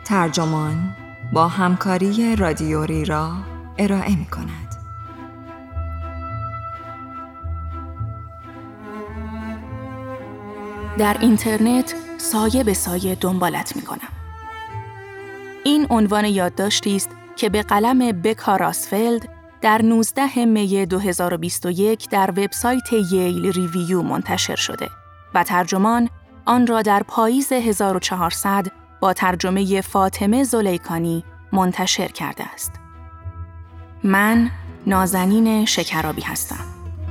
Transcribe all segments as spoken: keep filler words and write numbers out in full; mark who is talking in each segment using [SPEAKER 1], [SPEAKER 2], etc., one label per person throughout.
[SPEAKER 1] ترجمان با همکاری رادیو ریرا ارائه می کند.
[SPEAKER 2] در اینترنت سایه به سایه دنبالت می کنم. این عنوان یادداشتی است که به قلم بکا راسفلد در نوزدهم می دو هزار و بیست و یک در وبسایت ییل ریویو منتشر شده و ترجمان آن را در پاییز هزار و چهارصد با ترجمه فاطمه زلیکانی منتشر کرده است. من نازنین شکرابی هستم.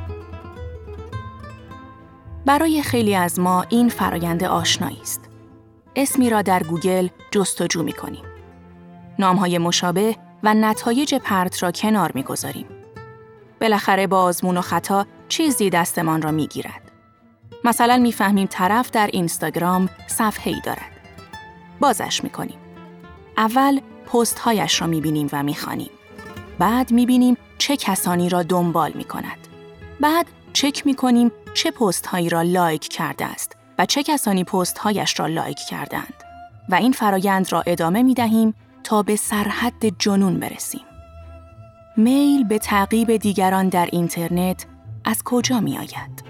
[SPEAKER 2] برای خیلی از ما این فرایند آشنایی است. اسمی را در گوگل جستجو می‌کنیم. نام‌های مشابه و نتایج پرت را کنار می‌گذاریم. بالاخره با آزمون و خطا چیزی دستمان را می‌گیرد. مثلا می‌فهمیم طرف در اینستاگرام صفحه‌ای دارد. بازش می‌کنیم. اول پست‌هایش را می‌بینیم و می‌خوانیم. بعد می‌بینیم چه کسانی را دنبال می‌کند. بعد چک می‌کنیم چه پست‌هایی را لایک کرده است و چه کسانی پست‌هایش را لایک کردند و این فرایند را ادامه می‌دهیم تا به سرحد جنون برسیم. میل به تعقیب دیگران در اینترنت از کجا می‌آید؟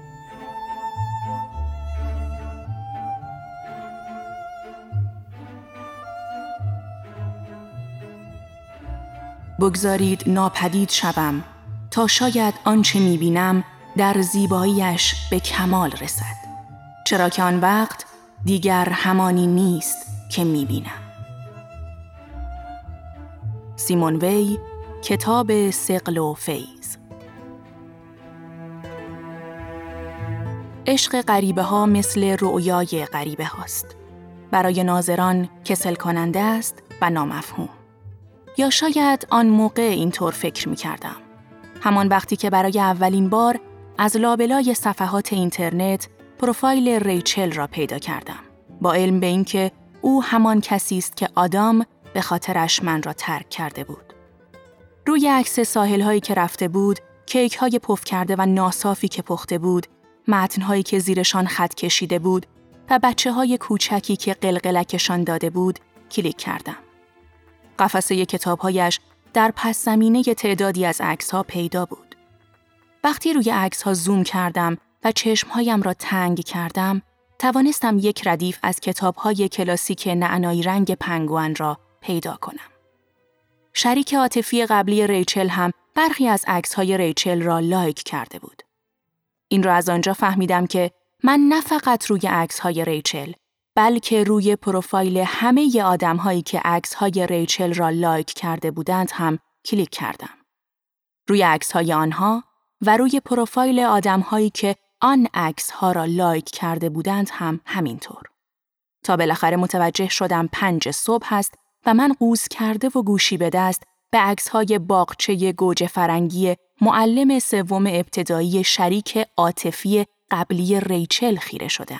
[SPEAKER 2] بگذارید ناپدید شوم تا شاید آنچه می‌بینم در زیباییش به کمال رسد، چرا که آن وقت دیگر همانی نیست که می‌بینم. سیمون وی، کتاب ثقل و فیض. عشق غریبه ها مثل رؤیای غریبه هاست. برای ناظران کسل کننده است و نامفهوم. یا شاید آن موقع اینطور فکر می کردم. همان وقتی که برای اولین بار از لابلای صفحات اینترنت پروفایل ریچل را پیدا کردم. با علم به این که او همان کسی است که آدام به خاطرش من را ترک کرده بود. روی عکس ساحل‌هایی که رفته بود، کیک‌های پف کرده و ناصافی که پخته بود، متن‌هایی که زیرشان خط کشیده بود و بچه‌های کوچکی که قلقلکشان داده بود، کلیک کردم. قفسه کتاب‌هایش در پس زمینه تعدادی از عکس‌ها پیدا بود. وقتی روی عکس‌ها زوم کردم و چشم‌هایم را تنگ کردم، توانستم یک ردیف از کتاب‌های کلاسیک نعنایی رنگ پنگوئن را پیدا کنم. شریک عاطفی قبلی ریچل هم برخی از عکس‌های ریچل را لایک کرده بود. این را از آنجا فهمیدم که من نه فقط روی عکس‌های ریچل، بلکه روی پروفایل همه آدم‌هایی که عکس‌های ریچل را لایک کرده بودند هم کلیک کردم. روی عکس‌های آنها و روی پروفایل آدم‌هایی که آن عکس‌ها را لایک کرده بودند هم همینطور. تا بالاخره متوجه شدم پنج صبح است و من قوز کرده و گوشی به دست به عکس‌های باغچه گوجه فرنگی معلم سوم ابتدایی شریک عاطفی قبلی ریچل خیره شدم.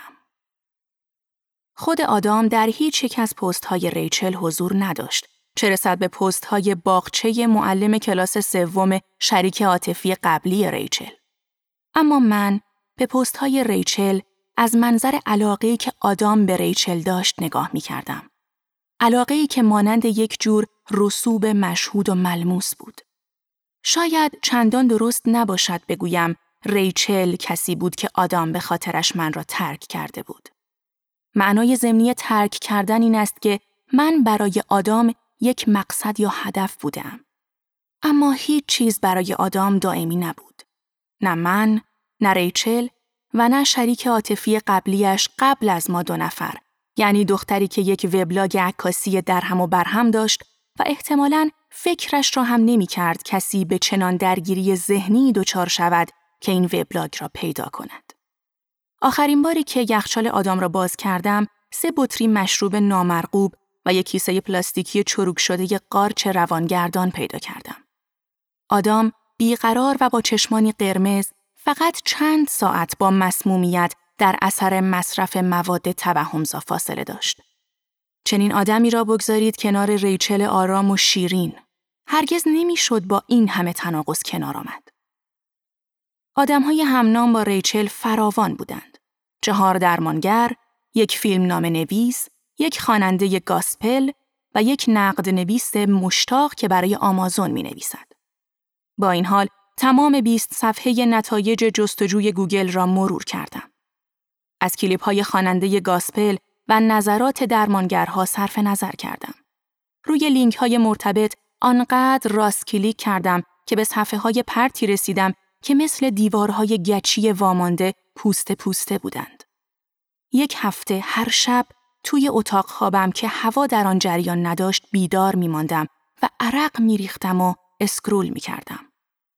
[SPEAKER 2] خود آدام در هیچ یک از پست‌های ریچل حضور نداشت، چه رسد به پست‌های باغچه معلم کلاس سوم شریک عاطفی قبلی ریچل. اما من به پست‌های ریچل از منظر علاقه‌ای که آدام به ریچل داشت نگاه می‌کردم. علاقه‌ای که مانند یک جور رسوب مشهود و ملموس بود. شاید چندان درست نباشد بگویم ریچل کسی بود که آدام به خاطرش من را ترک کرده بود. معنای ضمنی ترک کردن این است که من برای آدام یک مقصد یا هدف بودم. اما هیچ چیز برای آدام دائمی نبود. نه من، نه ریچل و نه شریک عاطفی قبلیش قبل از ما دو نفر. یعنی دختری که یک وبلاگ عکاسی درهم و برهم داشت و احتمالاً فکرش را هم نمی کرد کسی به چنان درگیری ذهنی دچار شود که این وبلاگ را پیدا کند. آخرین باری که یخچال آدام را باز کردم، سه بطری مشروب نامرغوب و یک کیسه پلاستیکی چروک شده قارچ روانگردان پیدا کردم. آدام بیقرار و با چشمانی قرمز فقط چند ساعت با مسمومیت در اثر مصرف مواد توهمزا فاصله داشت. چنین آدمی را بگذارید کنار ریچل آرام و شیرین. هرگز نمیشد با این همه تناقض کنار آمد. آدم‌های همنام با ریچل فراوان بودند. چهار درمانگر، یک فیلم نام نویس، یک خواننده گاسپل و یک نقد نویس مشتاق که برای آمازون می نویسد. با این حال تمام بیست صفحه نتایج جستجوی گوگل را مرور کردم. از کلیپ‌های خواننده گاسپل و نظرات درمانگرها صرف نظر کردم. روی لینک‌های مرتبط آنقدر راست کلیک کردم که به صفحه‌های پرتی رسیدم که مثل دیوارهای گچی وامانده پوسته پوسته بودند. یک هفته هر شب توی اتاق خوابم که هوا در آن جریان نداشت بیدار می‌ماندم و عرق می‌ریختم و اسکرول می‌کردم.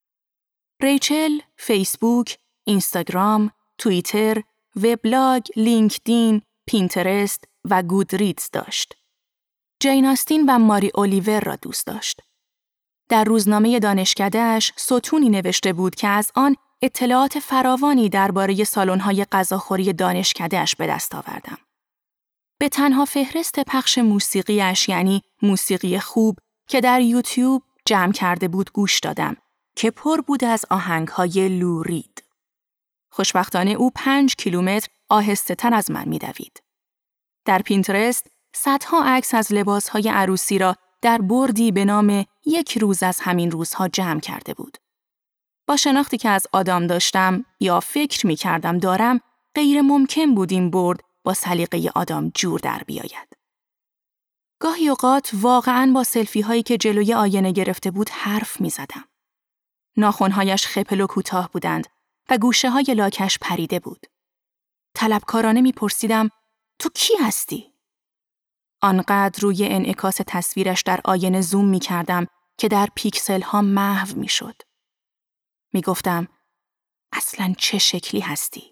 [SPEAKER 2] ریچل، فیسبوک، اینستاگرام، توییتر، وبلاگ، لینکدین، پینترست و گودریدز داشت. جین آستین و ماری اولیور را دوست داشت. در روزنامه دانشکده‌اش ستونی نوشته بود که از آن اطلاعات فراوانی درباره سالن‌های غذاخوری دانشکده‌اش به دست آوردم. به تنها فهرست پخش موسیقیش یعنی موسیقی خوب که در یوتیوب جمع کرده بود گوش دادم که پر بود از آهنگ‌های لو رید. خوشبختانه او پنج کیلومتر آهسته تر از من می‌دوید. در پینترست صدها عکس از لباس‌های عروسی را در بردی به نام یک روز از همین روزها جمع کرده بود. با شناختی که از آدام داشتم یا فکر می‌کردم دارم، غیر ممکن بود این برد با سلیقه آدام جور در بیاید. گاهی اوقات واقعاً با سلفی هایی که جلوی آینه گرفته بود حرف می‌زدم. ناخن‌هایش خپل و کوتاه بودند و گوشه‌های لاکش پریده بود. طلبکارانه می‌پرسیدم تو کی هستی؟ آنقدر روی انعکاس تصویرش در آینه زوم می‌کردم که در پیکسل‌ها محو می‌شد. می‌گفتم اصلاً چه شکلی هستی؟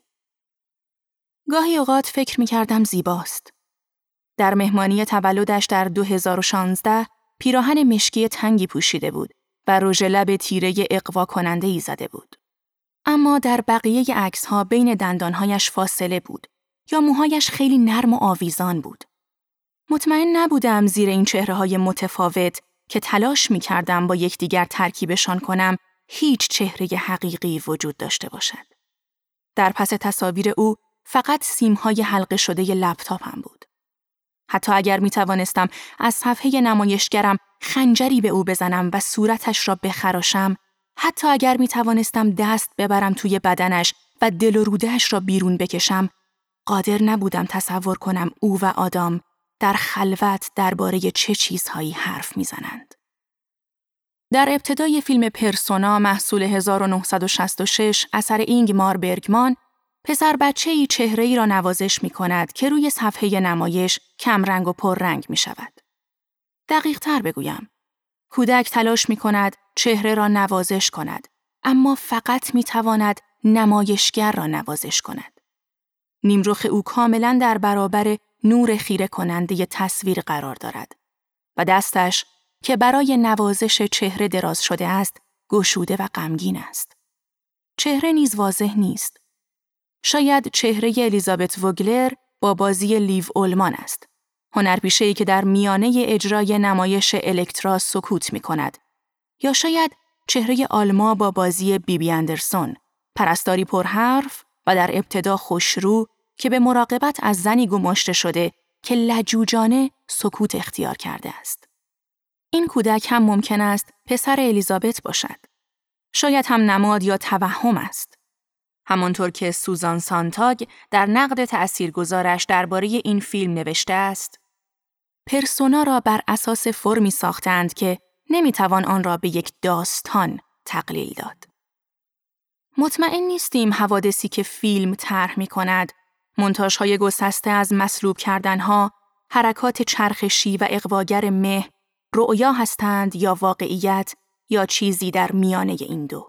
[SPEAKER 2] گاهی اوقات فکر می‌کردم زیباست. در مهمانی تولدش در دو هزار و شانزده پیراهن مشکی تنگی پوشیده بود و رژ لب تیره اغوا کننده ای زده بود. اما در بقیه عکس‌ها بین دندانهایش فاصله بود یا موهایش خیلی نرم و آویزان بود. مطمئن نبودم زیر این چهره‌های متفاوت که تلاش می‌کردم با یکدیگر ترکیبشان کنم هیچ چهره حقیقی وجود داشته باشد. در پس تصاویر او فقط سیم‌های حلقه شده ی لپتاپم بود. حتی اگر می توانستم از صفحه نمایشگرم خنجری به او بزنم و صورتش را بخراشم، حتی اگر می توانستم دست ببرم توی بدنش و دل و رودهش را بیرون بکشم، قادر نبودم تصور کنم او و آدام در خلوت درباره چه چیزهایی حرف می زنند. در ابتدای فیلم پرسونا محصول هزار و نهصد و شصت و شش اثر اینگمار برگمان، پسر بچه‌ای چهره‌ای را نوازش می کند که روی صفحه نمایش کمرنگ و پررنگ می شود. دقیق تر بگویم، کودک تلاش می کند چهره را نوازش کند، اما فقط می تواند نمایشگر را نوازش کند. نیمرخ او کاملاً در برابر نور خیره کننده تصویر قرار دارد و دستش که برای نوازش چهره دراز شده است، گشوده و غمگین است. چهره نیز واضح نیست. شاید چهره الیزابت وگلر با بازی لیو اولمان است. هنرپیشه‌ای که در میانه اجرای نمایش الکترا سکوت می کند. یا شاید چهره آلما با بازی بیبی اندرسون، پرستاری پرحرف و در ابتدا خوشرو که به مراقبت از زنی گماشته شده که لجوجانه سکوت اختیار کرده است. این کودک هم ممکن است پسر الیزابت باشد. شاید هم نماد یا توهم است. همانطور که سوزان سانتاگ در نقد تأثیرگذارش درباره این فیلم نوشته است، پرسونا را بر اساس فرمی ساختند که نمیتوان آن را به یک داستان تقلیل داد. مطمئن نیستیم حوادثی که فیلم طرح می‌کند، مونتاژهای گسسته از مصلوب کردنها، حرکات چرخشی و اغواگر مه، رؤیا هستند یا واقعیت یا چیزی در میانه این دو.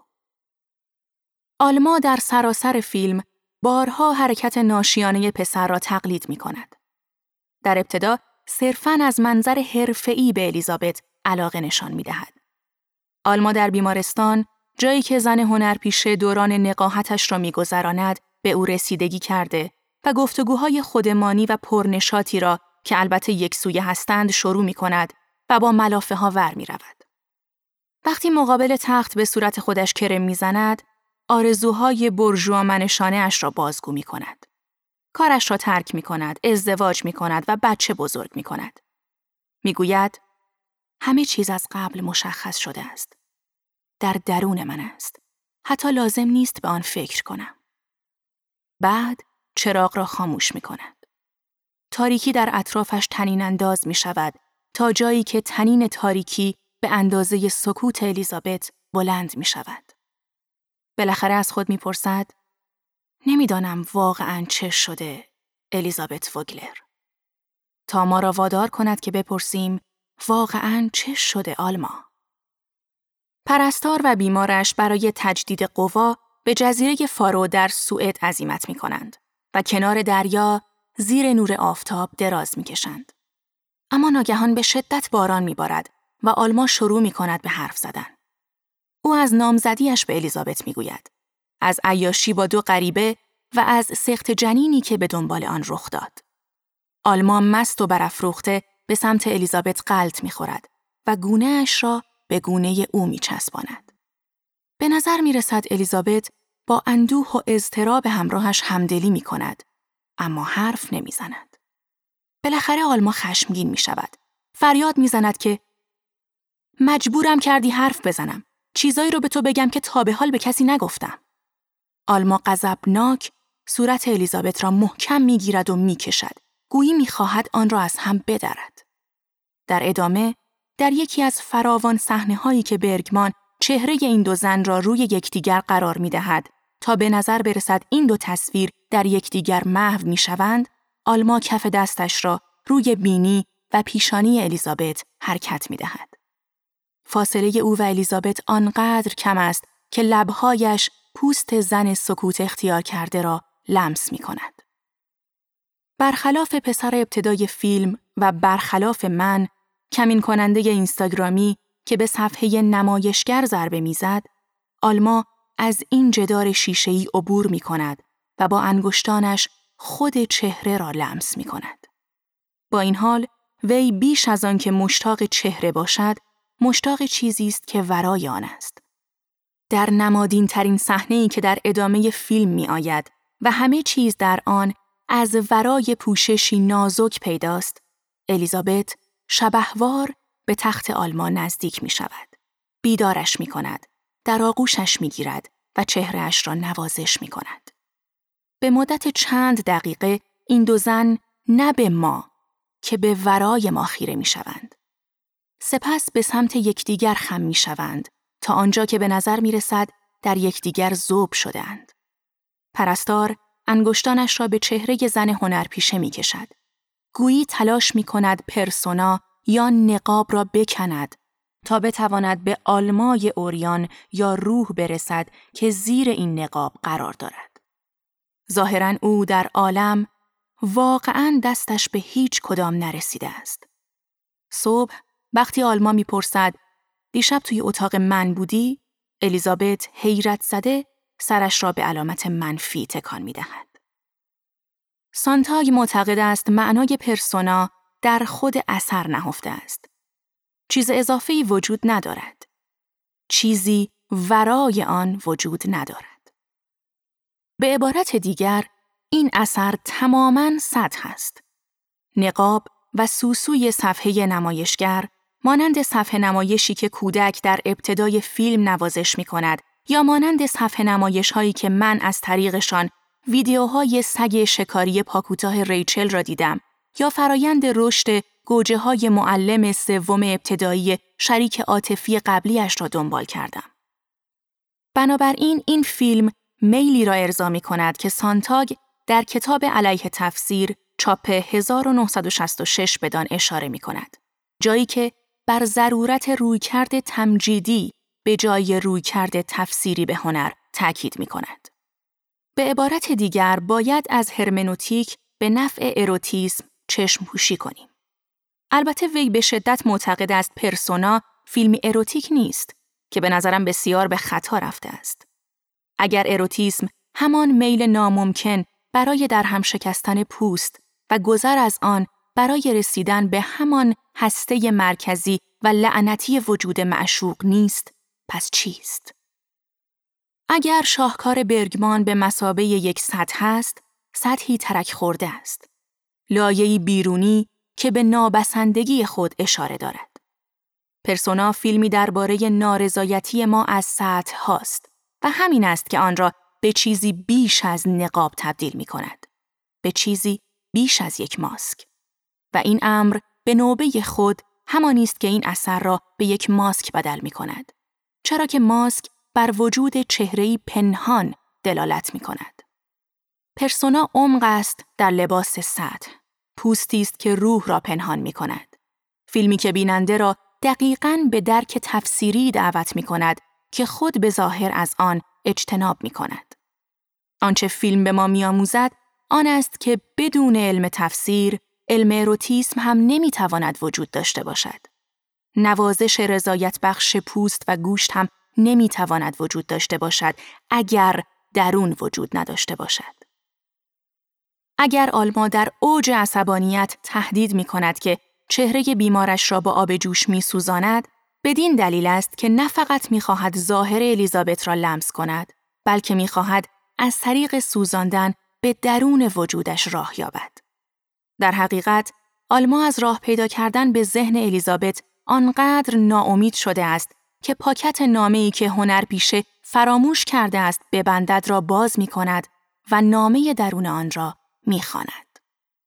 [SPEAKER 2] آلما در سراسر فیلم بارها حرکت ناشیانه پسر را تقلید می کند. در ابتدا صرفاً از منظر حرفه‌ای به الیزابت علاقه نشان می دهد. آلما در بیمارستان، جایی که زن هنرپیشه دوران نقاهتش را می گذراند، به او رسیدگی کرده و گفتگوهای خودمانی و پرنشاطی را که البته یک سویه هستند شروع می کند و با ملافه ها ور می رود. وقتی مقابل تخت به صورت خودش کرم می زند، آرزوهای برژوا منشانه اش را بازگو می کند. کارش را ترک می کند، ازدواج می کند و بچه بزرگ می کند. می گوید همه چیز از قبل مشخص شده است. در درون من است. حتی لازم نیست به آن فکر کنم. بعد چراغ را خاموش می کند. تاریکی در اطرافش طنین انداز می شود تا جایی که طنین تاریکی به اندازه سکوت الیزابت بلند می شود. بالاخره از خود می پرسد نمیدانم واقعاً چه شده الیزابت وگلر. تا ما را وادار کند که بپرسیم واقعاً چه شده آلما. پرستار و بیمارش برای تجدید قوا به جزیره فارو در سوئد عزیمت می کنند و کنار دریا زیر نور آفتاب دراز می کشند. اما ناگهان به شدت باران می بارد و آلما شروع می کند به حرف زدن. او از نامزدیش به الیزابت می گوید. از عیاشی با دو غریبه و از سقط جنینی که به دنبال آن رخ داد. آلما مست و برافروخته به سمت الیزابت غلط می خورد و گونه اش را به گونه او می چسباند. به نظر می رسد الیزابت با اندوه و اضطراب همراهش همدلی می کند، اما حرف نمی زند. بالاخره آلما خشمگین می شود. فریاد می زند که مجبورم کردی حرف بزنم. چیزایی رو به تو بگم که تا به حال به کسی نگفتم. آلما غضبناک صورت الیزابت را محکم می گیرد و می کشد. گویی می خواهد آن را از هم بدرد. در ادامه در یکی از فراوان صحنه‌هایی که برگمان چهره این دو زن را روی یکدیگر قرار می‌دهد تا به نظر برسد این دو تصویر در یکدیگر محو می‌شوند، آلما کف دستش را روی بینی و پیشانی الیزابت حرکت می‌دهد. فاصله او و الیزابت آنقدر کم است که لب‌هایش پوست زن سکوت اختیار کرده را لمس می‌کند. برخلاف پسر ابتدای فیلم و برخلاف من، کمین کننده اینستاگرامی که به صفحه نمایشگر ضربه میزد، آلما از این جدار شیشه‌ای عبور می کند و با انگشتانش خود چهره را لمس می کند. با این حال، وی بیش از آن که مشتاق چهره باشد، مشتاق چیزی است که ورای آن است. در نمادین ترین صحنه‌ای که در ادامه فیلم می آید و همه چیز در آن از ورای پوششی نازک پیداست، الیزابت شبحوار به تخت آلما نزدیک می شود. بیدارش می کند، در آغوشش می گیرد و چهرهش را نوازش می کند. به مدت چند دقیقه این دو زن نه به ما که به ورای ما خیره می شوند. سپس به سمت یکدیگر خم می شوند تا آنجا که به نظر می رسد در یکدیگر ذوب شدند. پرستار انگشتانش را به چهره زن هنرپیشه می کشد. گویی تلاش می کند پرسونا یا نقاب را بکند تا بتواند به آلمای اوریان یا روح برسد که زیر این نقاب قرار دارد. ظاهراً او در عالم واقعاً دستش به هیچ کدام نرسیده است. صبح وقتی آلما می پرسد دیشب توی اتاق من بودی؟ الیزابت حیرت زده سرش را به علامت منفی تکان می دهد. سانتاگ معتقد است معنای پرسونا در خود اثر نهفته است. چیز اضافه‌ای وجود ندارد. چیزی ورای آن وجود ندارد. به عبارت دیگر، این اثر تماماً سطح است. نقاب و سوسوی صفحه نمایشگر، مانند صفحه نمایشی که کودک در ابتدای فیلم نوازش می کند یا مانند صفحه نمایش هایی که من از طریقشان ویدیوهای سگ شکاری پاکوتاه ریچل را دیدم یا فرایند رشد گوجه های معلم سوم ابتدایی شریک عاطفی قبلیش را دنبال کردم. بنابراین این فیلم میلی را ارضا می کند که سانتاگ در کتاب علیه تفسیر چاپ هزار و نهصد و شصت و شش بدان اشاره می کند. جایی که بر ضرورت رویکرد تمجیدی به جای رویکرد تفسیری به هنر تاکید می کند. به عبارت دیگر باید از هرمنوتیک به نفع اروتیسم چشم پوشی کنیم. البته وی به شدت معتقد است پرسونا فیلمی اروتیک نیست که به نظرم بسیار به خطا رفته است. اگر اروتیسم همان میل ناممکن برای در هم شکستن پوست و گذر از آن برای رسیدن به همان هسته مرکزی و لعنتی وجود معشوق نیست، پس چیست؟ اگر شاهکار برگمان به مثابه یک سطح است، سطحی ترک خورده است. لایه‌ای بیرونی که به نابسندگی خود اشاره دارد. پرسونا فیلمی درباره نارضایتی ما از سطح هاست و همین است که آن را به چیزی بیش از نقاب تبدیل می کند. به چیزی بیش از یک ماسک. و این امر به نوبه خود همانی است که این اثر را به یک ماسک بدل می کند. چرا که ماسک بر وجود چهره‌ای پنهان دلالت می کند. پرسونا عمق است در لباس سطح. پوستی است که روح را پنهان می کند. فیلمی که بیننده را دقیقاً به درک تفسیری دعوت می کند که خود به ظاهر از آن اجتناب می کند. آنچه فیلم به ما می آموزد آن است که بدون علم تفسیر، علم اروتیسم هم نمی تواند وجود داشته باشد. نوازش رضایت بخش پوست و گوشت هم نمی تواند وجود داشته باشد اگر درون وجود نداشته باشد. اگر آلما در اوج عصبانیت تهدید می کند که چهره بیمارش را با آب جوش می سوزاند، بدین دلیل است که نه فقط می خواهد ظاهر الیزابت را لمس کند، بلکه می خواهد از طریق سوزاندن به درون وجودش راه یابد. در حقیقت، آلما از راه پیدا کردن به ذهن الیزابت آنقدر ناامید شده است که پاکت نامه‌ای که هنرپیشه فراموش کرده است ببندد را باز می کند و نامه درون آن را می خواند.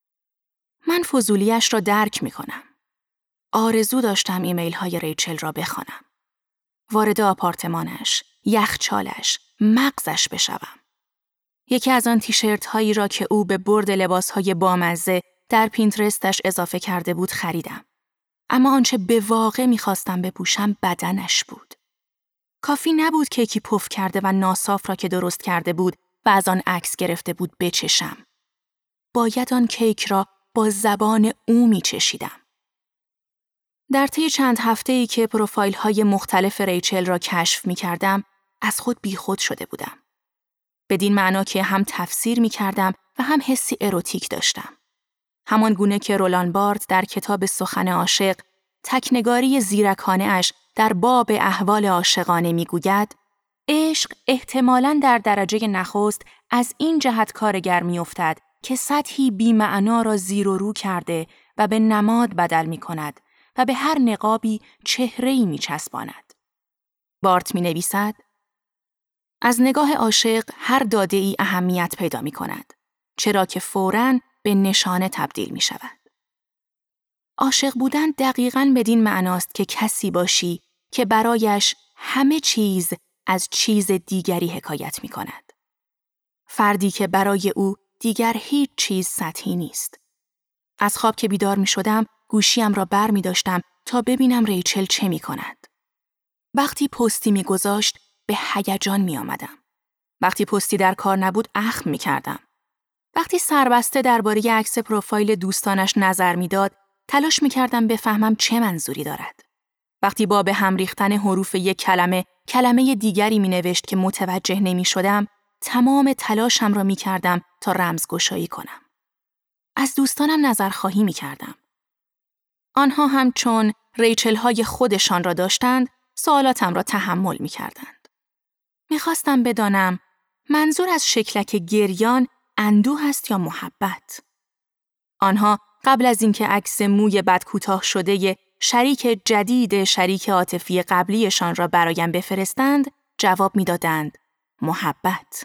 [SPEAKER 2] من فضولیش را درک می کنم. آرزو داشتم ایمیل های ریچل را بخوانم. وارد آپارتمانش، یخچالش، مغزش بشوم. یکی از آن تیشرت هایی را که او به برد لباس های بامزه در پینترستش اضافه کرده بود خریدم. اما آنچه به واقع می خواستم بپوشم بدنش بود. کافی نبود کیکی پف کرده و ناصاف را که درست کرده بود و از آن عکس گرفته بود بچشم. باید آن کیک را با زبان او می چشیدم. در طی چند هفته‌ای که پروفایل‌های مختلف ریچل را کشف می‌کردم، از خود بیخود شده بودم. بدین معنا که هم تفسیر می‌کردم و هم حسی اروتیک داشتم. همان گونه که رولان بارت در کتاب سخن عاشق، تکنگاری زیرکانه اش در باب احوال عاشقانه می‌گوید، عشق احتمالاً در درجه نخست از این جهت کارگر می‌افتد که سطحی بی‌معنا را زیر و رو کرده و به نماد بدل می‌کند و به هر نقابی چهره‌ای می‌چسباند. بارت می‌نویسد: از نگاه عاشق هر داده‌ای اهمیت پیدا می‌کند، چرا که فوراً به نشانه تبدیل می‌شود. عاشق بودن دقیقاً بدین معناست که کسی باشی که برایش همه چیز از چیز دیگری حکایت می‌کند. فردی که برای او دیگر هیچ چیز سطحی نیست. از خواب که بیدار می‌شدم، گوشیم را بر می داشتم تا ببینم ریچل چه می کند. وقتی پستی می گذاشت به هیجان می آمدم. وقتی پستی در کار نبود اخم می کردم. وقتی سربسته درباره عکس پروفایل دوستانش نظر می داد، تلاش می کردم بفهمم چه منظوری دارد. وقتی با به هم ریختن حروف یک کلمه کلمه دیگری می نوشت که متوجه نمی شدم، تمام تلاشم را می کردم تا رمزگشایی کنم. از دوستانم نظرخواهی می کردم. آنها هم چون ریچل های خودشان را داشتند، سوالاتم را تحمل می کردند. می خواستم بدانم منظور از شکلک گریان اندوه است یا محبت. آنها قبل از اینکه عکس موی بد کوتاه شده شریک جدید شریک عاطفی قبلیشان را برایم بفرستند، جواب می دادند محبت.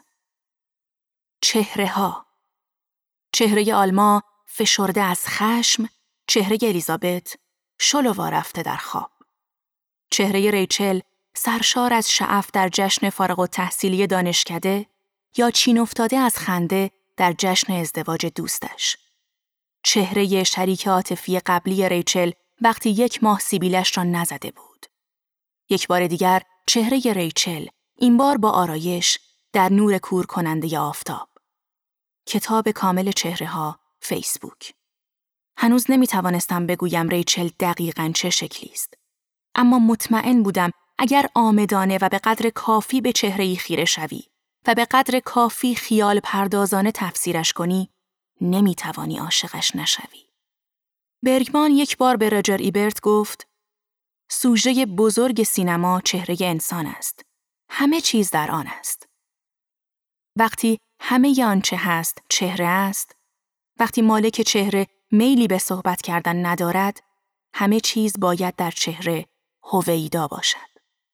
[SPEAKER 2] چهره ها. چهره آلما فشرده از خشم، چهره الیزابت شلوار رفته در خواب. چهره ریچل سرشار از شعف در جشن فارغ التحصیلی دانشکده یا چین افتاده از خنده در جشن ازدواج دوستش. چهره شریک عاطفی قبلی ریچل وقتی یک ماه سیبیلش را نزده بود. یک بار دیگر چهره ریچل، این بار با آرایش در نور کور کننده آفتاب. کتاب کامل چهره ها، فیسبوک. هنوز نمی توانستم بگویم ریچل دقیقاً چه شکلی است. اما مطمئن بودم اگر آمدانه و به قدر کافی به چهره‌ای خیره شوی و به قدر کافی خیال پردازانه تفسیرش کنی، نمی توانی عاشقش نشوی. برگمان یک بار به راجر ایبرت گفت: سوژه بزرگ سینما چهره انسان است. همه چیز در آن است. وقتی همه آنچه هست چهره است، وقتی مالک چهره میلی به صحبت کردن ندارد، همه چیز باید در چهره هویدا باشد.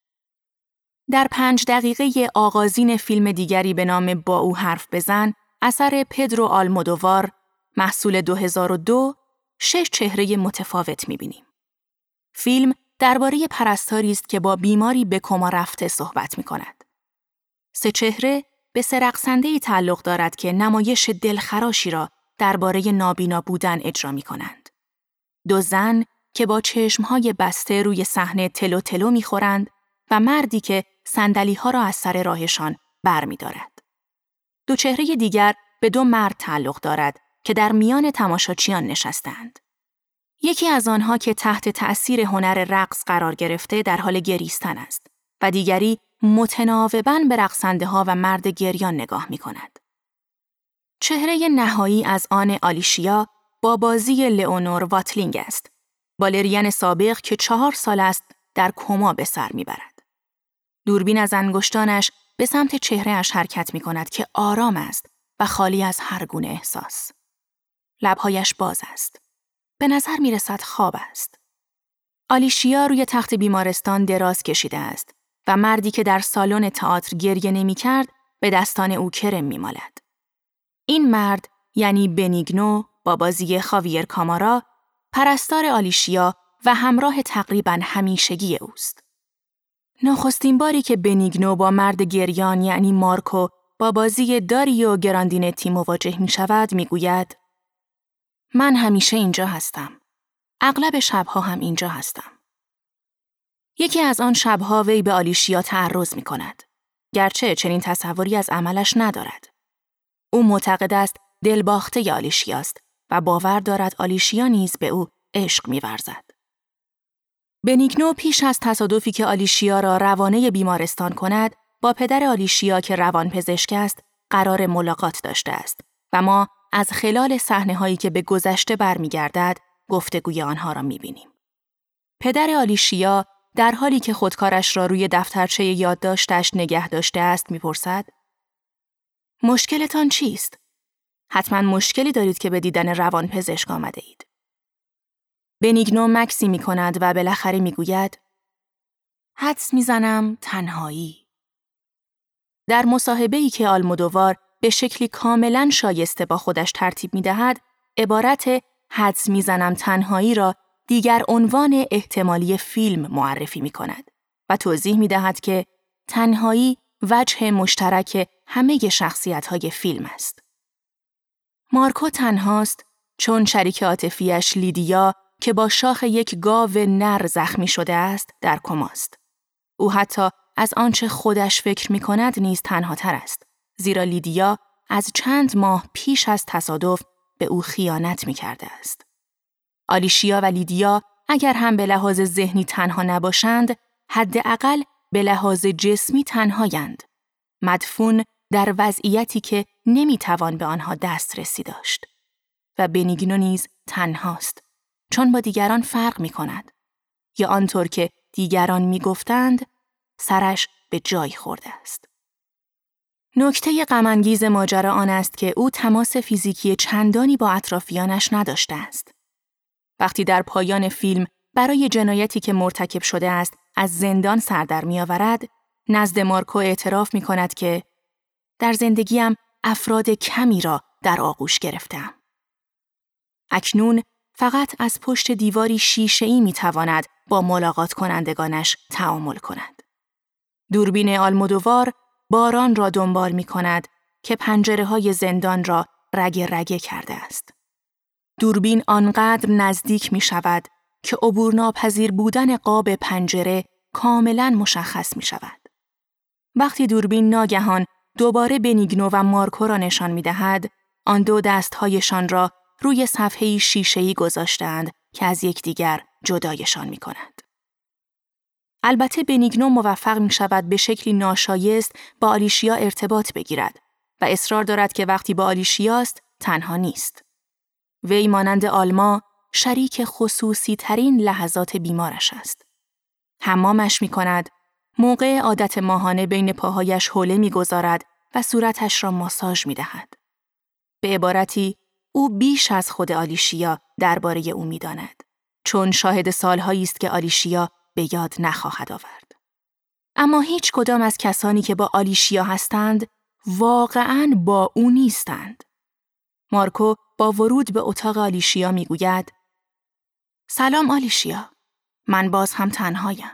[SPEAKER 2] در پنج دقیقه آغازین فیلم دیگری به نام با او حرف بزن، اثر پدرو آلمودووار، محصول دو هزار و دو، شش چهره متفاوت می‌بینیم. فیلم درباره پرستاری است که با بیماری به کما رفته صحبت می‌کند. سه چهره به سه رقصنده‌ای تعلق دارد که نمایش دلخراشی را درباره نابینا بودن اجرا می‌کنند. دو زن که با چشم‌های بسته روی صحنه تلو تلو می‌خورند و مردی که صندلی‌ها را از سر راهشان برمی‌دارد. دو چهره دیگر به دو مرد تعلق دارد که در میان تماشاچیان نشستند. یکی از آنها که تحت تأثیر هنر رقص قرار گرفته در حال گریستن است و دیگری متناوباً به رقصنده‌ها و مرد گریان نگاه می‌کند. چهره نهایی از آن آلیشیا با بازی لئونور واتلینگ است، بالرین سابق که چهار سال است در کما به سر می‌برد. دوربین از انگشتانش به سمت چهره‌اش حرکت می‌کند که آرام است و خالی از هر گونه احساس. لب‌هایش باز است. به نظر می‌رسد خواب است. آلیشیا روی تخت بیمارستان دراز کشیده است و مردی که در سالن تئاتر گریه نمی‌کرد به دستان او کرم می‌مالد. این مرد یعنی بنیگنو با بازی خاویر کامارا، پرستار آلیشیا و همراه تقریباً همیشگی اوست. نخستین باری که بنیگنو با مرد گریان یعنی مارکو با بازی داریو گراندینتی مواجه می شود می گوید من همیشه اینجا هستم. اغلب شبها هم اینجا هستم. یکی از آن شبها وی به آلیشیا تعرض می کند. گرچه چنین تصوری از عملش ندارد. او معتقد است دلباخته آلیشیاست و باور دارد آلیشیا نیز به او عشق می ورزد. بنیگنو پیش از تصادفی که آلیشیا را روانه بیمارستان کند، با پدر آلیشیا که روانپزشک است، قرار ملاقات داشته است و ما از خلال صحنه‌هایی که به گذشته برمیگردد، گفتگوی آنها را می‌بینیم. پدر آلیشیا در حالی که خودکارش را روی دفترچه یادداشتش نگه داشته است، می‌پرسد: مشکلتان چیست؟ حتما مشکلی دارید که به دیدن روانپزشک آمده اید. بنیگنو مکسی می کند و بالاخره می گوید حدس می زنم تنهایی. در مصاحبه‌ای که آلمودووار به شکلی کاملاً شایسته با خودش ترتیب می دهد، عبارت حدس می زنم تنهایی را دیگر عنوان احتمالی فیلم معرفی می کند و توضیح می دهد که تنهایی وجه مشترک همه شخصیت‌های فیلم است. مارکو تنهاست چون شریک عاطفی‌اش لیدیا که با شاخ یک گاو نر زخمی شده است در کماست. او حتی از آنچه خودش فکر می کند نیز تنها تر است، زیرا لیدیا از چند ماه پیش از تصادف به او خیانت می کرده است. آلیشیا و لیدیا اگر هم به لحاظ ذهنی تنها نباشند، حداقل به لحاظ جسمی تنهایند، مدفون در وضعیتی که نمی توان به آنها دسترسی داشت. و بنیگنو نیز تنهاست، چون با دیگران فرق می کند. یا آنطور که دیگران می گفتند، سرش به جای خورده است. نکته غم‌انگیز ماجرا آن است که او تماس فیزیکی چندانی با اطرافیانش نداشته است. وقتی در پایان فیلم برای جنایتی که مرتکب شده است از زندان سر در می آورد، نزد مارکو اعتراف می کند که در زندگیم افراد کمی را در آغوش گرفتم. اکنون فقط از پشت دیواری شیشه‌ای می‌تواند با ملاقات کنندگانش تعامل کند. دوربین آلمودووار باران را دنبال می‌کند که پنجره‌های زندان را رگ رگه کرده است. دوربین آنقدر نزدیک می‌شود که عبورناپذیر بودن قاب پنجره کاملاً مشخص می‌شود. وقتی دوربین ناگهان دوباره بنیگنو و مارکو را نشان می‌دهد، آن دو دست‌هایشان را روی صفحه‌ای شیشه‌ای گذاشتند که از یکدیگر جدایشان می‌کند. البته بنیگنو موفق می‌شود به شکلی ناشایست با آلیشیا ارتباط بگیرد و اصرار دارد که وقتی با آلیشیاست تنها نیست. وی مانند آلما شریک خصوصی ترین لحظات بیمارش است. حمامش می‌کند، موقع عادت ماهانه بین پاهایش حوله می‌گذارد و صورتش را ماساژ می دهد. به عبارتی، او بیش از خود آلیشیا درباره او می داند. چون شاهد سالهایی است که آلیشیا به یاد نخواهد آورد. اما هیچ کدام از کسانی که با آلیشیا هستند واقعاً با او نیستند. مارکو با ورود به اتاق آلیشیا می گوید: سلام آلیشیا، من باز هم تنهایم.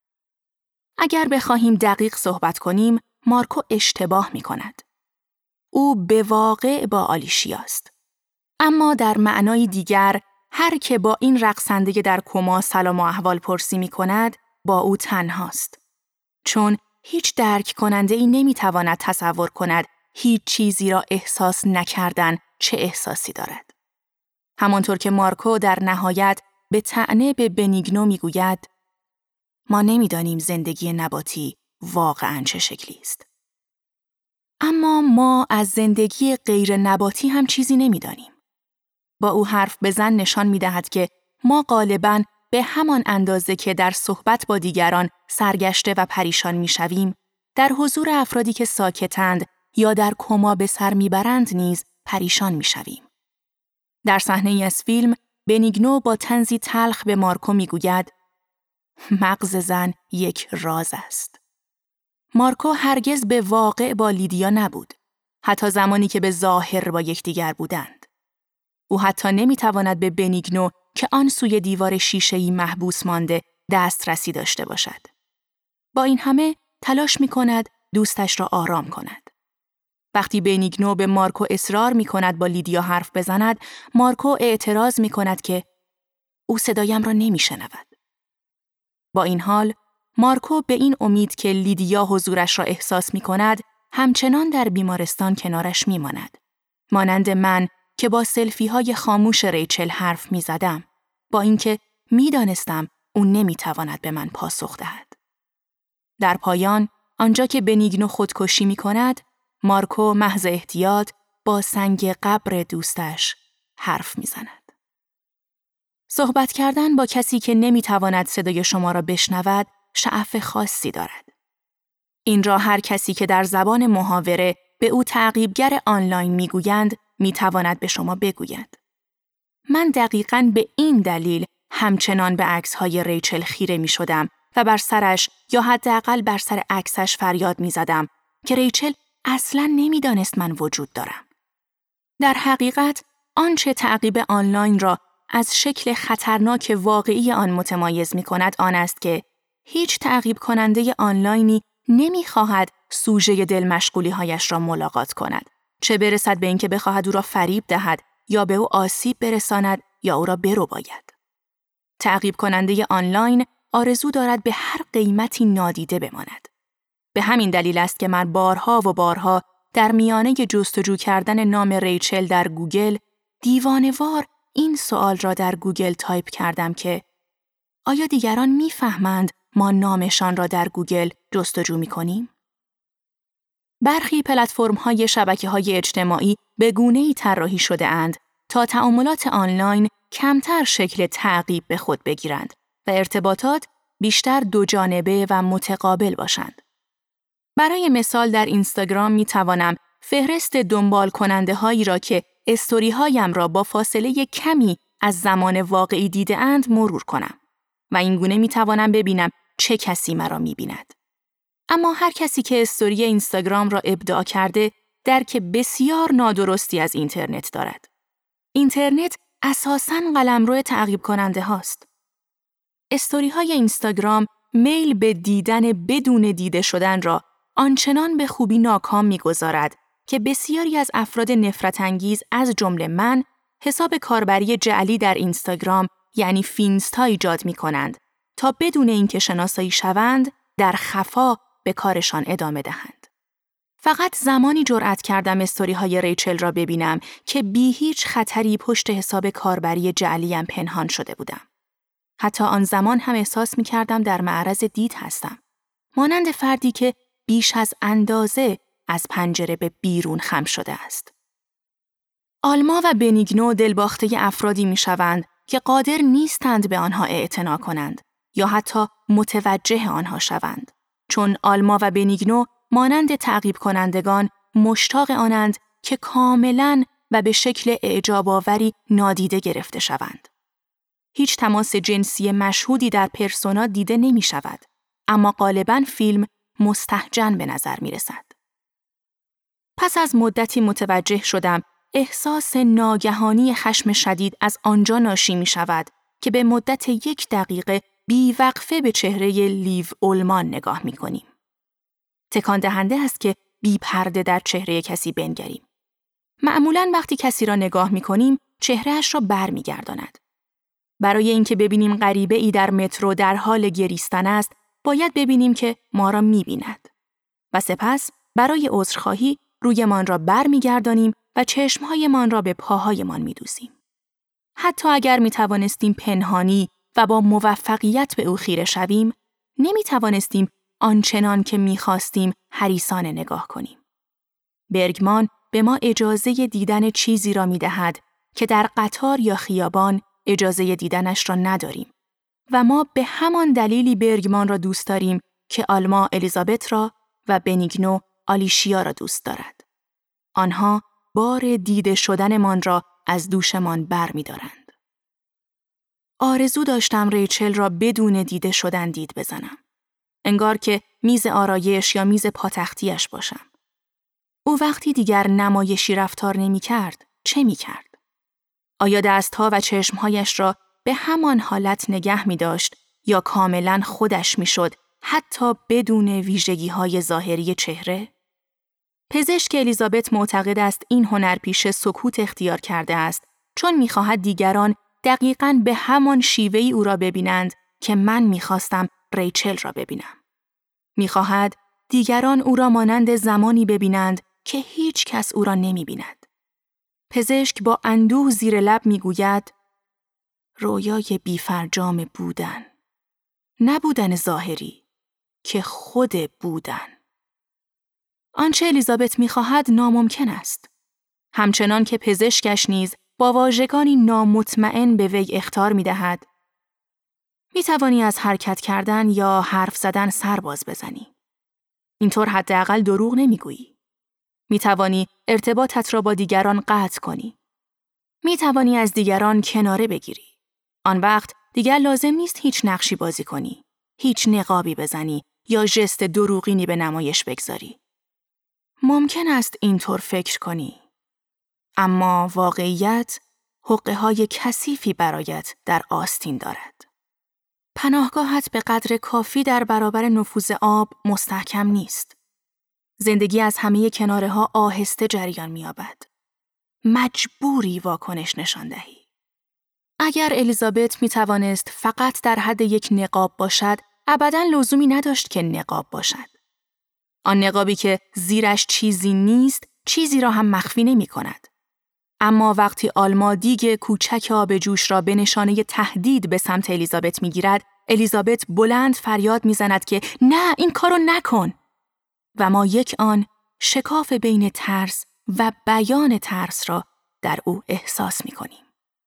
[SPEAKER 2] اگر بخواهیم دقیق صحبت کنیم، مارکو اشتباه می کند. او به واقع با آلیشیا است. اما در معنای دیگر، هر که با این رقصنده در کما سلام و احوال پرسی می کند، با او تنهاست. چون هیچ درک کننده ای نمی تواند تصور کند هیچ چیزی را احساس نکردن چه احساسی دارد. همانطور که مارکو در نهایت به طعنه به بنیگنو می گوید: ما نمی دانیم زندگی نباتی واقعاً چه شکلی است. اما ما از زندگی غیر نباتی هم چیزی نمی دانیم. با او حرف بزن نشان می دهد که ما غالباً به همان اندازه که در صحبت با دیگران سرگشته و پریشان می شویم، در حضور افرادی که ساکتند یا در کما به سر می برند نیز پریشان می شویم. در صحنه‌ای از فیلم، بنیگنو با طنزی تلخ به مارکو می گوید: مغز زن یک راز است. مارکو هرگز به واقع با لیدیا نبود، حتی زمانی که به ظاهر با یکدیگر بودند. او حتی نمیتواند به بنیگنو که آن سوی دیوار شیشه‌ای محبوس مانده دسترسی داشته باشد. با این همه تلاش می‌کند دوستش را آرام کند. وقتی بنیگنو به مارکو اصرار می‌کند با لیدیا حرف بزند، مارکو اعتراض می‌کند که او صدایم را نمی‌شنود. با این حال، مارکو به این امید که لیدیا حضورش را احساس می‌کند، همچنان در بیمارستان کنارش می‌ماند. مانند من که با سلفی‌های خاموش ریچل حرف می‌زدم، با اینکه می‌دانستم او نمی‌تواند به من پاسخ دهد. در پایان، آنجا که بنیگنو خودکشی می‌کند، مارکو محض احتیاط با سنگ قبر دوستش حرف می‌زند. صحبت کردن با کسی که نمی‌تواند صدای شما را بشنود، شعف خاصی دارد. این را هر کسی که در زبان محاوره به او تعقیبگر آنلاین می‌گویند، می‌تواند به شما بگوید. من دقیقاً به این دلیل همچنان به عکس‌های ریچل خیره می‌شدم و بر سرش یا حداقل بر سر عکسش فریاد می‌زدم که ریچل اصلاً نمی‌دانست من وجود دارم. در حقیقت آنچه تعقیب آنلاین را از شکل خطرناک واقعی آن متمایز می‌کند آن است که هیچ تعقیب کننده آنلاینی نمی‌خواهد سوژه دل مشغولی‌هایش را ملاقات کند، چه برسد به اینکه بخواهد او را فریب دهد یا به او آسیب برساند یا او را برباید. تعقیب کننده آنلاین آرزو دارد به هر قیمتی نادیده بماند. به همین دلیل است که من بارها و بارها در میانه جستجو کردن نام ریچل در گوگل دیوانه‌وار این سوال را در گوگل تایپ کردم که آیا دیگران می‌فهمند ما نامشان را در گوگل جستجو می‌کنیم؟ برخی پلتفرم‌های شبکه‌های اجتماعی به گونه‌ای طراحی شده اند تا تعاملات آنلاین کمتر شکل تعقیب به خود بگیرند و ارتباطات بیشتر دو جانبه و متقابل باشند. برای مثال در اینستاگرام می توانم فهرست دنبال کننده هایی را که استوری هایم را با فاصله کمی از زمان واقعی دیده اند مرور کنم و این گونه می توانم ببینم چه کسی مرا می بیند. اما هر کسی که استوری اینستاگرام را ابداع کرده درک بسیار نادرستی از اینترنت دارد. اینترنت اساساً قلمرو تعقیب کننده هاست. استوری های اینستاگرام میل به دیدن بدون دیده شدن را آنچنان به خوبی ناکام می‌گذارد که بسیاری از افراد نفرت انگیز از جمله من حساب کاربری جعلی در اینستاگرام یعنی فینستا ایجاد می‌کنند تا بدون اینکه شناسایی شوند در خفا به کارشان ادامه دهند. فقط زمانی جرأت کردم استوری های ریچل را ببینم که بی هیچ خطری پشت حساب کاربری جعلیم پنهان شده بودم. حتی آن زمان هم احساس می کردم در معرض دید هستم. مانند فردی که بیش از اندازه از پنجره به بیرون خم شده است. آلما و بنیگنو دلباخته افرادی می شوند که قادر نیستند به آنها اعتنا کنند یا حتی متوجه آنها شوند. چون آلما و بنیگنو مانند تعقیب کنندگان مشتاق آنند که کاملاً و به شکل اعجاب‌آوری نادیده گرفته شوند. هیچ تماس جنسی مشهودی در پرسونا دیده نمی شود، اما غالباً فیلم مستهجن به نظر می رسد. پس از مدتی متوجه شدم احساس ناگهانی خشم شدید از آنجا ناشی می شود که به مدت یک دقیقه بی‌وقفه به چهره لیو اولمان نگاه می کنیم. تکان دهنده است که بی پرده در چهره کسی بنگریم. معمولاً وقتی کسی را نگاه می کنیم چهرهش را بر می گرداند. برای اینکه ببینیم غریبه ای در مترو در حال گریستن است، باید ببینیم که ما را می بیند. و سپس برای عذرخواهی رویمان را بر می گردانیم و چشمهایمان را به پاهایمان می دوزیم. حتی اگر می توانستیم پنهانی و با موفقیت به او خیره شویم، نمی توانستیم آنچنان که می خواستیم حریصانه نگاه کنیم. برگمان به ما اجازه دیدن چیزی را می دهد که در قطار یا خیابان اجازه دیدنش را نداریم و ما به همان دلیلی برگمان را دوست داریم که آلما الیزابت را و بنیگنو آلیشیا را دوست دارد. آنها بار دیده شدنمان را از دوشمان بر می دارند. آرزو داشتم ریچل را بدون دیده شدن دید بزنم. انگار که میز آرایش یا میز پاتختیش باشم. او وقتی دیگر نمایشی رفتار نمی کرد، چه می کرد؟ آیا دستها و چشمهایش را به همان حالت نگه می داشت یا کاملا خودش می شد حتی بدون ویژگی‌های ظاهری چهره؟ پزشک الیزابت معتقد است این هنرپیشه سکوت اختیار کرده است چون می خواهد دیگران دقیقاً به همان شیوهی او را ببینند که من می خواستم ریچل را ببینم. می خواهد دیگران او را مانند زمانی ببینند که هیچ کس او را نمی بیند. پزشک با اندوه زیر لب می گوید رویای بی‌فرجام بودن. نبودن ظاهری، که خود بودن. آنچه الیزابت می خواهد ناممکن است. همچنان که پزشکش نیز با واژگانی نامطمئن به وی اخطار می دهد. می توانی از حرکت کردن یا حرف زدن سرباز بزنی. اینطور حداقل دروغ نمی گویی. می توانی ارتباطت را با دیگران قطع کنی. می توانی از دیگران کناره بگیری. آن وقت دیگر لازم نیست هیچ نقشی بازی کنی، هیچ نقابی بزنی یا ژست دروغینی به نمایش بگذاری. ممکن است اینطور فکر کنی، اما واقعیت حقه های کثیفی برایت در آستین دارد. پناهگاهت به قدر کافی در برابر نفوذ آب مستحکم نیست. زندگی از همه کناره ها آهسته جریان می‌یابد. مجبوری واکنش نشان دهی. اگر الیزابت می توانست فقط در حد یک نقاب باشد، ابداً لزومی نداشت که نقاب باشد. آن نقابی که زیرش چیزی نیست، چیزی را هم مخفی نمی کند. اما وقتی آلما دیگ کوچک آب جوش را به نشانه تهدید به سمت الیزابت می گیرد، الیزابت بلند فریاد می زند که نه، این کارو نکن. و ما یک آن شکاف بین ترس و بیان ترس را در او احساس می کنیم.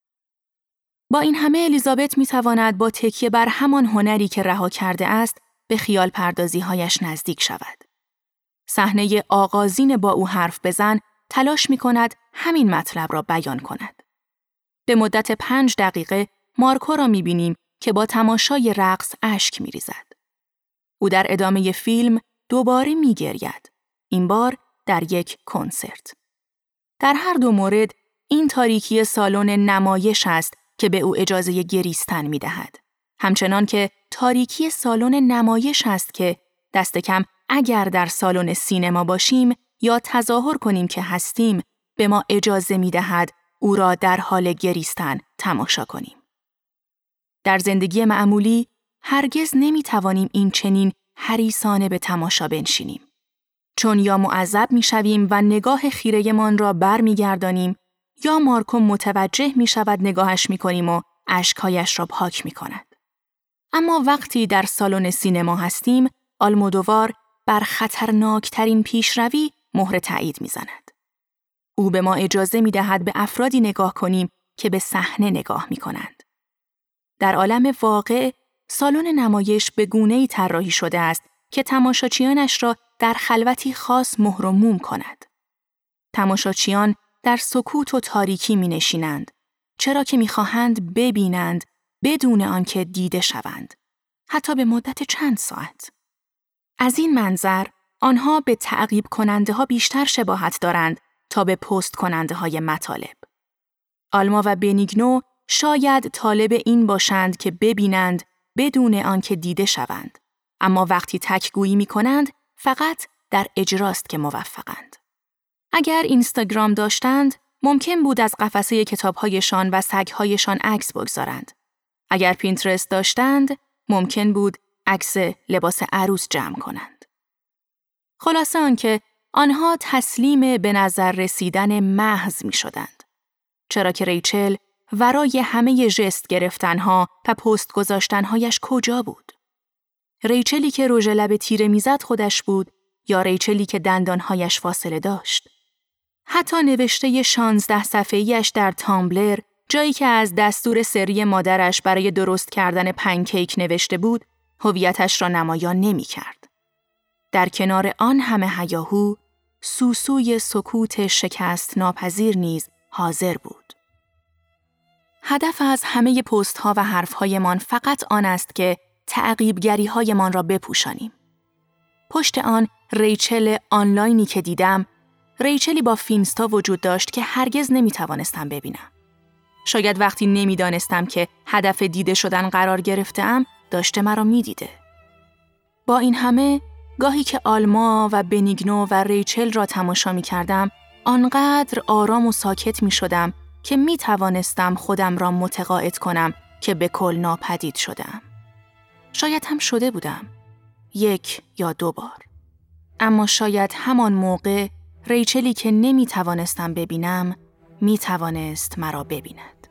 [SPEAKER 2] با این همه الیزابت می تواند با تکیه بر همان هنری که رها کرده است به خیال پردازی هایش نزدیک شود. صحنه آغازین با او حرف بزن تلاش می کند همین مطلب را بیان کند. به مدت پنج دقیقه مارکو را می بینیم که با تماشای رقص اشک می ریزد. او در ادامه فیلم دوباره می گرید. این بار در یک کنسرت. در هر دو مورد این تاریکی سالن نمایش است که به او اجازه گریستن می دهد. همچنان که تاریکی سالن نمایش است که دست کم اگر در سالن سینما باشیم یا تظاهر کنیم که هستیم به ما اجازه می دهد او را در حال گریستن تماشا کنیم. در زندگی معمولی هرگز نمی توانیم این چنین حریصانه به تماشا بنشینیم. چون یا معذب می شویم و نگاه خیره‌مان را بر می گردانیم یا مارکو متوجه می شود نگاهش می کنیم و اشکهایش را پاک می کند. اما وقتی در سالن سینما هستیم، آلمودوار بر خطرناکترین پیشروی مهر تایید می زند. او به ما اجازه می دهد به افرادی نگاه کنیم که به صحنه نگاه می کنند. در عالم واقع، سالن نمایش به گونه‌ای طراحی شده است که تماشاچیانش را در خلوتی خاص مهر و موم کند. تماشاچیان در سکوت و تاریکی می نشینند، چرا که می خواهند ببینند بدون آنکه دیده شوند، حتی به مدت چند ساعت. از این منظر، آنها به تعقیب کننده ها بیشتر شباهت دارند تا به پست کننده های مطالب. آلما و بنیگنو شاید طالب این باشند که ببینند بدون آنکه دیده شوند، اما وقتی تک‌گویی می کنند فقط در اجراست که موفقند. اگر اینستاگرام داشتند، ممکن بود از قفسه کتاب‌هایشان و سگ‌هایشان عکس بگذارند. اگر پینترست داشتند، ممکن بود عکس لباس عروس جمع کنند. خلاصه آنکه آنها تسلیم به نظر رسیدن محض می شدند. چرا که ریچل ورای همه ژست گرفتنها و پست گذاشتنهایش کجا بود؟ ریچلی که رژ لب تیره میزد خودش بود یا ریچلی که دندانهایش فاصله داشت؟ حتی نوشته شانزده صفحه‌ایش در تامبلر، جایی که از دستور سری مادرش برای درست کردن پنکیک نوشته بود، هویتش را نمایان نمی کرد. در کنار آن همه هیاهو، سوسوی سکوت شکست ناپذیر نیز حاضر بود. هدف از همه پست ها و حرف هایمان فقط آن است که تعقیبگری هایمان را بپوشانیم. پشت آن ریچل آنلاینی که دیدم، ریچلی با فینستا وجود داشت که هرگز نمی توانستم ببینم. شاید وقتی نمی دانستم که هدف دیده شدن قرار گرفتم، داشته مرا می دیده. با این همه، گاهی که آلما و بنیگنو و ریچل را تماشا می کردم، آنقدر آرام و ساکت می شدم که می توانستم خودم را متقاعد کنم که به کل ناپدید شدم. شاید هم شده بودم. یک یا دو بار. اما شاید همان موقع ریچلی که نمی توانستم ببینم، می توانست مرا ببیند.